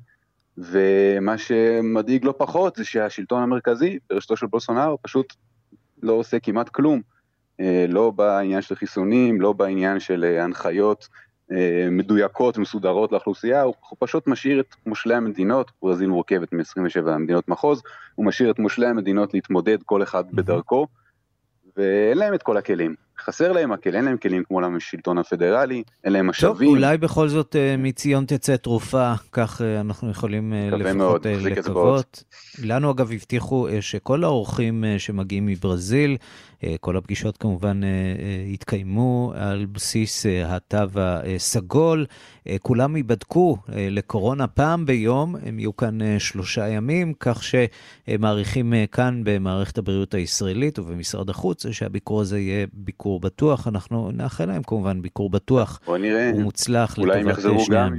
ומה שמדאיג לא פחות זה שהשלטון המרכזי, בראשותו של בולסונארו, פשוט לא עושה כמעט כלום, לא בעניין של חיסונים, לא בעניין של הנחיות מדויקות, מסודרות לאוכלוסייה, הוא פשוט משאיר את מושלי המדינות, ברזיל מורכבת מ-27 מדינות מחוז, הוא משאיר את מושלי המדינות להתמודד כל אחד בדרכו, ואין להם את כל הכלים. חסר להם הכלים, אין להם כלים כמו לשלטון הפדרלי, אין להם משאבים. טוב, אולי בכל זאת מציון תצא תרופה, כך אנחנו יכולים לפחות לקוות. לנו אגב הבטיחו שכל האורחים שמגיעים מברזיל, כל הפגישות כמובן התקיימו על בסיס התו הסגול, כולם ייבדקו לקורונה פעם ביום, הם יהיו כאן 3 ימים, כך שמעריכים כאן במערכת הבריאות הישראלית ובמשרד החוץ, שהביקור הזה יהיה ביקור בטוח, אנחנו נאחל להם כמובן ביקור בטוח ומוצלח לטובת 2 ימים. אולי הם יחזרו גם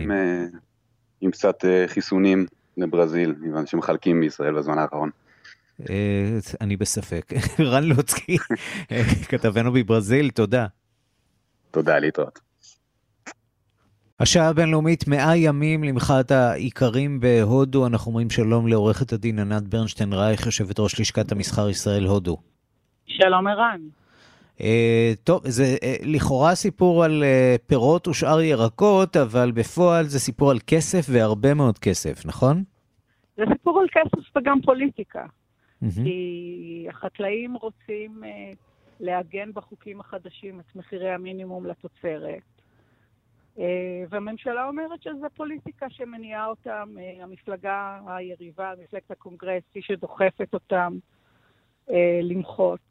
עם קצת חיסונים לברזיל, שמחלקים בישראל בזמן האחרון. אני בספק. רן לוצקי, כתבנו בברזיל, תודה. תודה, להתראות. השעה הבינלאומית 100 ימים למחאת העיקרים בהודו. אנחנו אומרים שלום לעורכת הדין ענת ברנשטיין רייך, יושבת ראש לשכת המסחר ישראל הודו. שלום ערן. טוב, זה לכאורה סיפור על פירות ושאר ירקות, אבל בפועל זה סיפור על כסף והרבה מאוד כסף, נכון? זה סיפור על כסף וגם פוליטיקה. כי החקלאים רוצים לעגן בחוקים החדשים את מחירי המינימום לתוצרת. והממשלה אומרת שזה פוליטיקה שמניעה אותם, המפלגה היריבה, מפלגת הקונגרס, היא שדוחפת אותם למחות.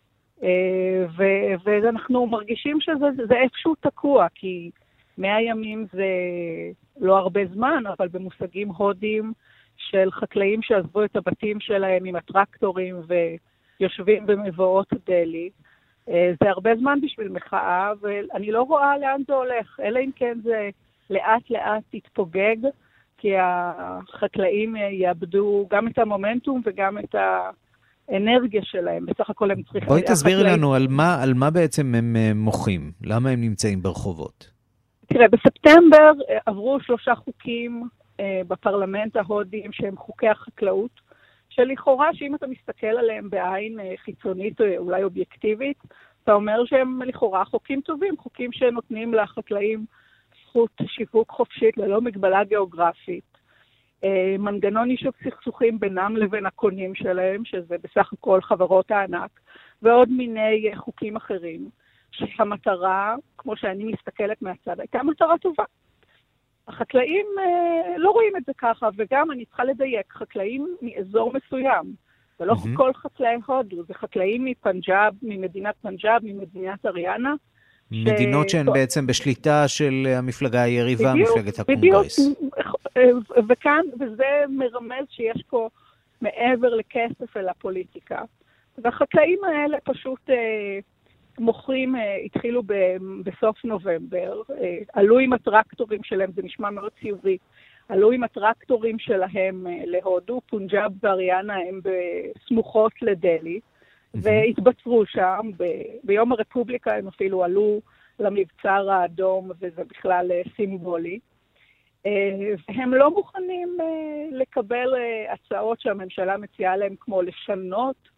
ואנחנו מרגישים שזה איפשהו תקוע, כי 100 ימים זה לא הרבה זמן, אבל במושגים הודים של חקלאים שעזבו את הבתים שלהם עם הטרקטורים ויושבים במבואות דלי, זה הרבה זמן בשביל מחאה, ואני לא רואה לאן זה הולך, אלא אם כן זה לאט לאט יתפוגג, כי החקלאים יאבדו גם את המומנטום וגם את האנרגיה שלהם. בסך הכל הם צריכים... בואי תסביר לנו על מה בעצם הם מוחים, למה הם נמצאים ברחובות. תראה, בספטמבר עברו 3 חוקים בפרלמנט ההודי שהם חוקי החקלאות, שלכאורה שאם אתה מסתכל עליהם בעין חיצונית או אולי אובייקטיבית, אתה אומר שהם לכאורה חוקים טובים, חוקים שנותנים לחקלאים זכות שיווק חופשית ללא מגבלה גיאוגרפית, מנגנון יישוב סכסוכים בינם לבין הקונים שלהם, שזה בסך הכל חברות הענק, ועוד מיני חוקים אחרים, שהמטרה, כמו שאני מסתכלת מהצד, הייתה מטרה טובה. החקלאים לא רואים את זה ככה, וגם אני צריכה לדייק, חקלאים מאזור מסוים, זה לא כל חקלאי הודו, זה חקלאים מפנג'אב, ממדינת פנג'אב, ממדינת אריאנה. מדינות שהן בעצם בשליטה של המפלגה היריבה, מפלגת הקונגרס. וכאן, וזה מרמז שיש פה מעבר לכסף אל הפוליטיקה. והחקלאים האלה פשוט... מוכרים התחילו בסוף נובמבר, עלו עם הטרקטורים שלהם, זה נשמע מאוד ציורי, עלו עם הטרקטורים שלהם להודו, פונג'אב ואריאנה הם בסמוכות לדלי, והתבצרו שם, ביום הרפובליקה הם אפילו עלו למבצר האדום, וזה בכלל סימבולי. הם לא מוכנים לקבל הצעות שהממשלה מציעה להם, כמו לשנות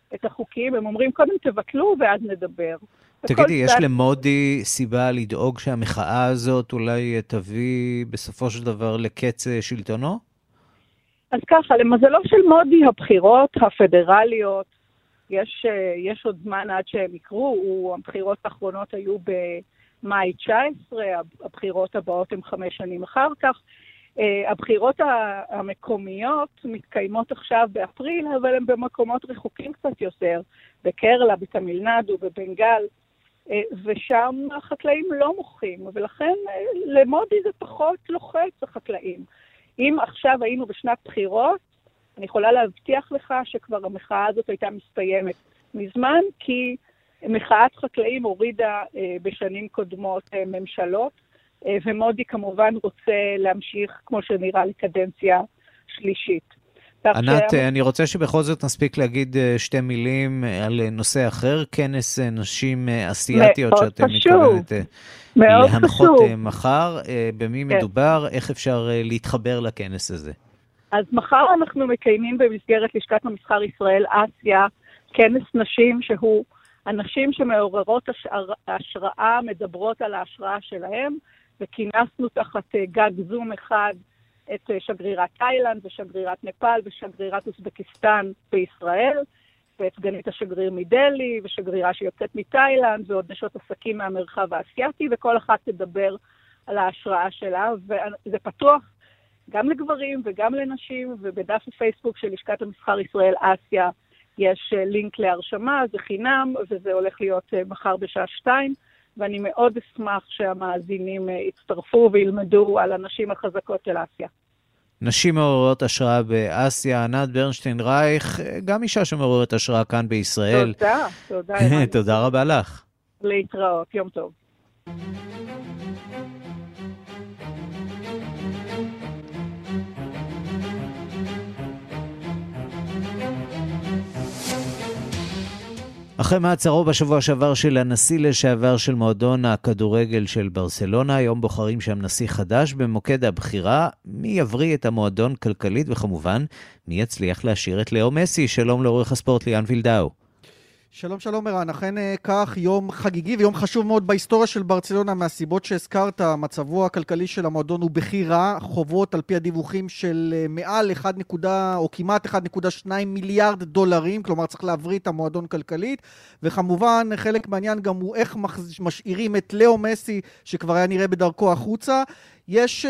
את החוקים, הם אומרים קודם תבטלו ואז נדבר. תגידי, יש למודי סיבה לדאוג שהמחאה הזאת אולי תביא בסופו של דבר לקץ שלטונו? אז ככה, למזלו של מודי, הבחירות הפדרליות, יש עוד זמן עד שהם יקרו, הבחירות האחרונות היו במאי 19, הבחירות הבאות הן 5 שנים אחר כך, הבחירות המקומיות מתקיימות עכשיו באפריל, אבל הן במקומות רחוקים קצת יותר, בקרלה, בתמילנדו, בבנגל, ושם החקלאים לא מוחים, ולכן למודי זה פחות לוחץ החקלאים. אם עכשיו היינו בשנת בחירות, אני יכולה להבטיח לך שכבר המחאה הזאת הייתה מסתיימת מזמן, כי מחאת חקלאים הורידה בשנים קודמות ממשלות, ומודי כמובן רוצה להמשיך, כמו שנראה, לקדנציה שלישית. ענת, אני רוצה שבכל זאת נספיק להגיד 2 מילים על נושא אחר, כנס נשים אסיאטיות שאתם מתכוונת להנחות מחר. במי מדובר? איך אפשר להתחבר לכנס הזה? אז מחר אנחנו מקיימים במסגרת לשכת המסחר ישראל אסיה, כנס נשים שהוא הנשים שמעוררות השראה, מדברות על ההשראה שלהם, וכינסנו תחת גג זום אחד את שגרירת תאילנד ושגרירת נפאל ושגרירת אוזבקיסטן בישראל, ואת סגנית השגריר מדלי ושגרירה שיוצאת מתאילנד ועוד נשות עסקים מהמרחב האסייתי, וכל אחת תדבר על ההשראה שלה, וזה פתוח גם לגברים וגם לנשים, ובדף הפייסבוק של לשכת המסחר ישראל אסיה יש לינק להרשמה, זה חינם, וזה הולך להיות מחר בשעה 2, ואני מאוד אשמח שהמאזינים יצטרפו וילמדו על הנשים החזקות של אסיה. נשים מעוררות השראה באסיה, ענת ברנשטיין רייך, גם אישה שמעוררת השראה כאן בישראל. תודה. תודה רבה לך. להתראות, יום טוב. אחרי מעצרו בשבוע שעבר של הנשיא לשעבר של מועדון הכדורגל של ברצלונה, היום בוחרים שם נשיא חדש. במוקד הבחירה, מי יבריא את המועדון כלכלית, וכמובן, מי יצליח להשאיר את לאו מסי. שלום לעורך הספורט ליאן וילדאו. שלום ערן, אכן כך יום חגיגי ויום חשוב מאוד בהיסטוריה של ברצלונה מהסיבות שהזכרת. מצבו הכלכלי של המועדון הוא בכי רע, חובות על פי הדיווחים של מעל 1 או כמעט 1.2 מיליארד דולרים, כלומר צריך להבריא את המועדון כלכלית, וכמובן חלק מעניין גם הוא איך משאירים את לאו מסי שכבר היה נראה בדרכו החוצה. יש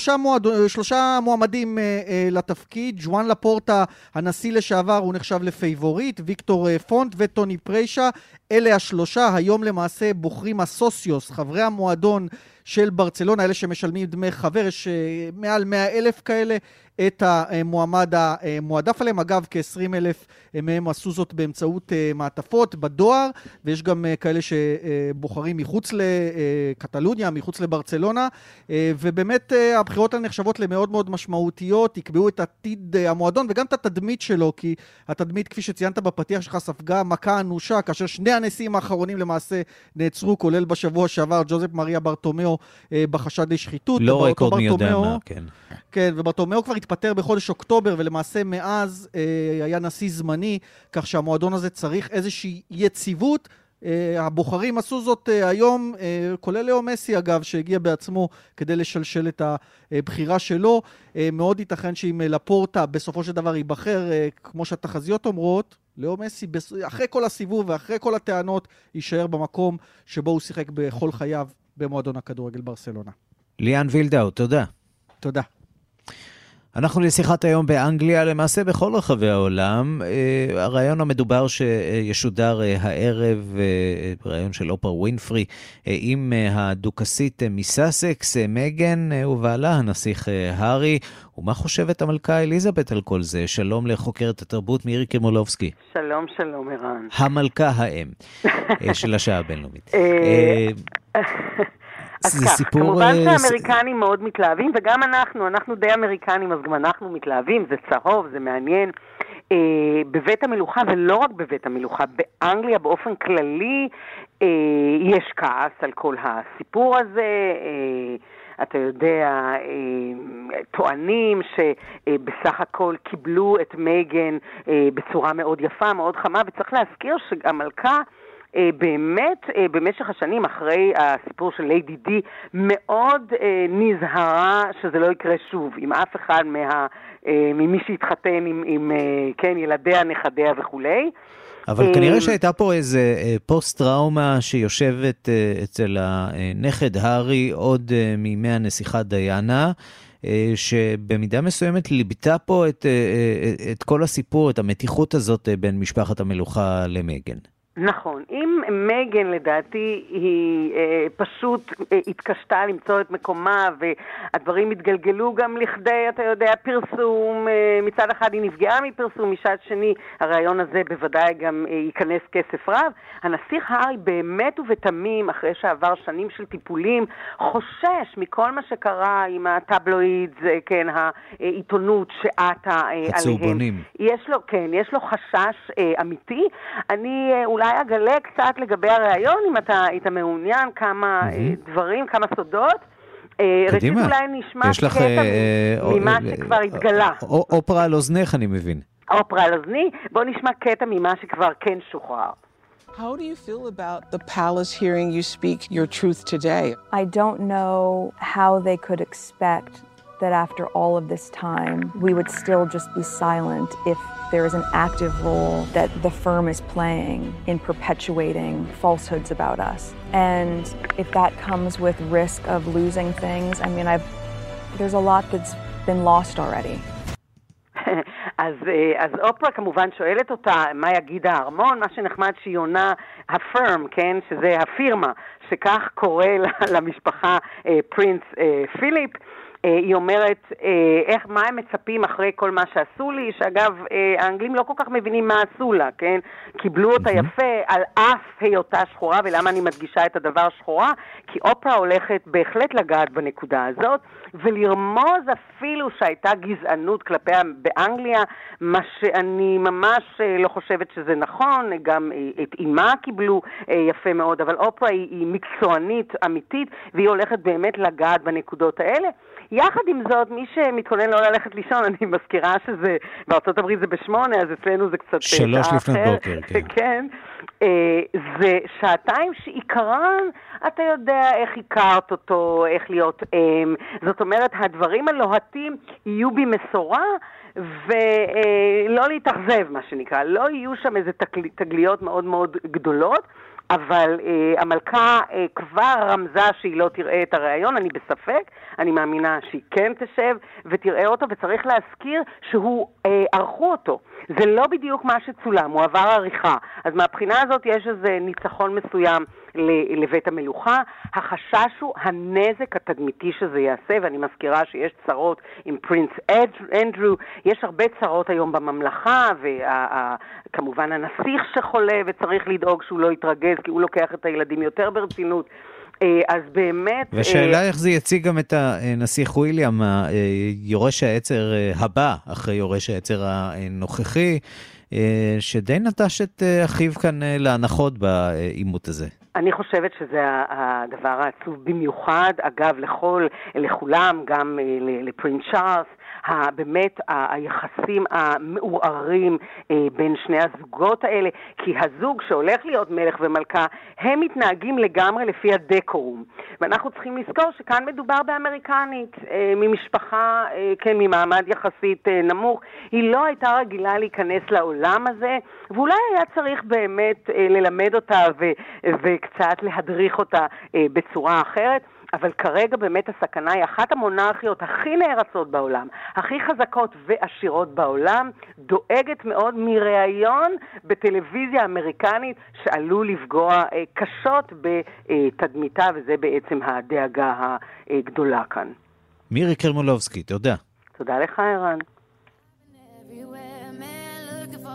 3 מועמדים לתפקיד. ג'ואן לפורטה, הנשיא לשעבר, הוא נחשב לפייבוריט, ויקטור פונט וטוני פריישה. אלה 3, היום למעשה בוחרים הסוסיוס, חברי המועדון של ברצלונה, אלה שמשלמים דמי חבר, יש מעל 100,000 כאלה, את המועמד המועדף עליהם. אגב, כ-20,000 מהם עשו זאת באמצעות מעטפות בדואר, ויש גם כאלה שבוחרים מחוץ לקטלוניה, מחוץ לברצלונה, ובאמת הבחירות הנחשבות למאוד מאוד משמעותיות, יקבעו את עתיד המועדון וגם את התדמית שלו, כי התדמית, כפי שציינת בפתיח שלך, ספגה מכה אנושה, כאשר 2 הנשיאים האחרונים למעשה נעצרו, כולל בשבוע שעבר ג'וזפ מריה ברטומיאו בחשד לשחיתות. לא רקורד מי יודע מה, כן. כן, וברטומיאו כבר התפטר בחודש אוקטובר, ולמעשה מאז היה נשיא זמני, כך שהמועדון הזה צריך איזושהי יציבות. הבוחרים עשו זאת היום, כולל לאו מסי אגב, שהגיע בעצמו כדי לשלשל את הבחירה שלו. מאוד ייתכן שאם לפורטה בסופו של דבר ייבחר, כמו שהתחזיות אומרות, לאו מסי אחרי כל הסיבוב ואחרי כל הטענות יישאר במקום שבו הוא שיחק בכל חייו במועדון הכדורגל ברצלונה. ליאן וילדאו, תודה. תודה. אנחנו לשיחת היום באנגליה, למעשה בכל רחבי העולם. הרעיון המדובר שישודר הערב, רעיון של אופרה ווינפרי, עם הדוכסית מסאסקס, מגן ובעלה הנסיך הארי. ומה חושבת המלכה אליזבת על כל זה? שלום לחוקרת התרבות מירי קרימולובסקי. שלום ערן. המלכה האם של השעה הבינלאומית. אז כך, כמובן שהאמריקנים מאוד מתלהבים, וגם אנחנו די אמריקנים, אז גם אנחנו מתלהבים, זה צהוב, זה מעניין. בבית המלוכה, ולא רק בבית המלוכה, באנגליה באופן כללי יש כעס על כל הסיפור הזה. אתה יודע, טוענים שבסך הכל קיבלו את מייגן בצורה מאוד יפה, מאוד חמה, וצריך להזכיר שהמלכה באמת במשך השנים אחרי הסיפור של ליידי די מאוד נזהרה שזה לא יקרה שוב עם אף אחד ממי שהתחתן עם כן, ילדיה, נכדיה וכולי. אבל כנראה שהייתה פה איזה פוסט-טראומה שיושבת אצל הנכד הארי עוד מימי הנסיכה דיאנה, שבמידה מסוימת ליבטה פה את כל הסיפור, את המתיחות הזאת בין משפחת המלוכה למייגן. נכון, אם מייגן לדעתי היא פשוט התקשתה למצוא את מקומה והדברים התגלגלו גם לכדי, אתה יודע, פרסום, מצד אחד היא נפגעה מפרסום, מצד שני הרעיון הזה בוודאי גם ייכנס כסף רב. הנסיך הארי באמת ובתמים, אחרי שעבר שנים של טיפולים, חושש מכל מה שקרה עם הטבלואיד, כן, העיתונות שעתה עליהם. הצהובונים. יש לו חשש אמיתי. אני אולי אגלה קצת לגבי הרעיון, אם אתה היית מעוניין, כמה דברים, כמה סודות. ראשית אולי נשמע קטע ממה שכבר התגלה. אופרה על אוזנך, אני מבין. אופרה על אוזני, בוא נשמע קטע ממה שכבר כן שוחרר. How do you feel about the palace hearing you speak your truth today? I don't know how they could expect that after all of this time, we would still just be silent if there is an active role that the firm is playing in perpetuating falsehoods about us. And if that comes with risk of losing things, I mean, there's a lot that's been lost already. אז אופרה כמובן שואלת אותה מה יגיד הארמון, מה שנחמד שהיא עונה הפרם, כן, שזה הפירמה, שכך קורא למשפחה פרינס פיליפ. היא אומרת, מה הם מצפים אחרי כל מה שעשו לי, שאגב, האנגלים לא כל כך מבינים מה עשו לה, כן? קיבלו אותה יפה על אף היותה שחורה, ולמה אני מדגישה את הדבר שחורה? כי אופרה הולכת בהחלט לגעת בנקודה הזאת, ולרמוז אפילו שהייתה גזענות כלפיה באנגליה, מה שאני ממש לא חושבת שזה נכון, גם את אימה קיבלו יפה מאוד, אבל אופרה היא מקצוענית אמיתית, והיא הולכת באמת לגעת בנקודות האלה. יחד עם זאת, מי שמתכונן לא ללכת לישון, אני מזכירה שזה, בארצות הברית זה 8, אז אצלנו זה קצת 3 לפנות בוקר, כן. כן. זה שעתיים שעיקרן, אתה יודע איך הכרת אותו, איך להיות זאת אומרת, הדברים הלוהטים יהיו בי מסורה, ולא להתאכזב, מה שנקרא. לא יהיו שם איזה תגליות מאוד מאוד גדולות, אבל המלכה כבר רמזה שהיא לא תראה את הרעיון, אני בספק, אני מאמינה שהיא כן תשב ותראה אותו, וצריך להזכיר שהוא ערכו אותו. זה לא בדיוק מה שצולם, הוא עבר עריכה. אז מהבחינה הזאת יש איזה ניצחון מסוים לבית המלוכה. החשש הוא הנזק התדמיתי שזה יעשה, ואני מזכירה שיש צרות עם פרינס אנדרו, יש הרבה צרות היום בממלכה, וכמובן הנסיך שחולה וצריך לדאוג שהוא לא יתרגז, כי הוא לוקח את הילדים יותר ברצינות. אז באמת... ושאלה איך זה יציג גם את הנסיך וויליאם, יורש העצר הבא, אחרי יורש העצר הנוכחי, שדי נטש את אחיו כאן להנחות בעימות הזה. אני חושבת שזה הדבר העצוב במיוחד, אגב לכולם, גם לפרינס צ'ארלס, באמת היחסים המעורערים בין שני הזוגות האלה, כי הזוג שהולך להיות מלך ומלכה, הם מתנהגים לגמרי לפי הדקורום. ואנחנו צריכים לזכור שכאן מדובר באמריקנית, ממשפחה, כן, ממעמד יחסית נמוך. היא לא הייתה רגילה להיכנס לעולם הזה, ואולי היה צריך באמת ללמד אותה וקצת להדריך אותה בצורה אחרת. אבל כרגע באמת הסכנה היא אחת המונרכיות הכי נערצות בעולם, הכי חזקות ועשירות בעולם, דואגת מאוד מראיון בטלוויזיה האמריקנית שעלול לפגוע קשות בתדמיתה, וזה בעצם הדאגה הגדולה כאן. מירי קרמולובסקי, תודה. תודה לך, ערן.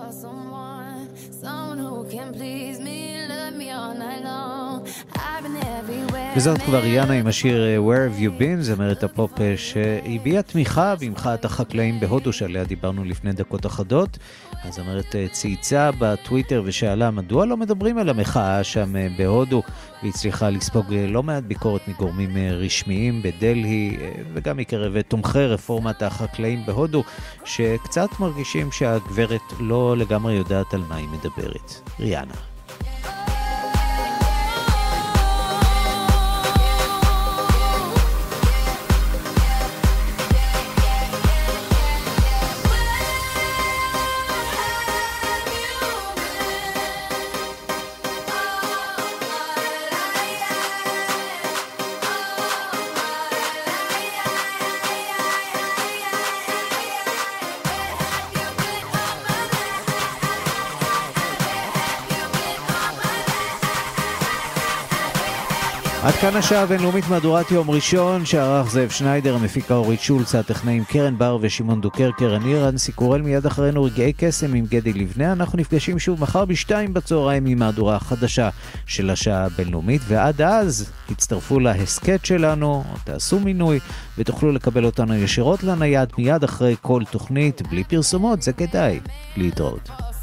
for someone who can please me, love me all night long. I've been everywhere. וזאת כבר ריאנה עם השיר Where Have You Been, זמרת הפופ שהביעה תמיכה במחאת החקלאים בהודו שעליה דיברנו לפני דקות אחדות. הזמרת צייצה בטוויטר ושאלה מדוע לא מדברים על המחאה שם בהודו, והצליחה לספוג לא מעט ביקורת מגורמים רשמיים בדלהי וגם מקרב תומכי רפורמת החקלאים בהודו, שקצת מרגישים שהגברת לא לגמרי יודעת על מה היא מדברת. ריאנה. עד כאן השעה הבינלאומית מהדורת יום ראשון, שערך זאב שניידר, המפיקה אורית שולץ, הטכנאים קרן בר ושמעון דוקרקר, אני רנסי קורל, מיד אחרינו רגעי קסם עם גדי לבנה. אנחנו נפגשים שוב מחר ב2 בצהריים עם מהדורה החדשה של השעה הבינלאומית, ועד אז הצטרפו להסקט שלנו, תעשו מינוי ותוכלו לקבל אותנו ישירות לנייד מיד אחרי כל תוכנית, בלי פרסומות, זה כדאי. להתראות.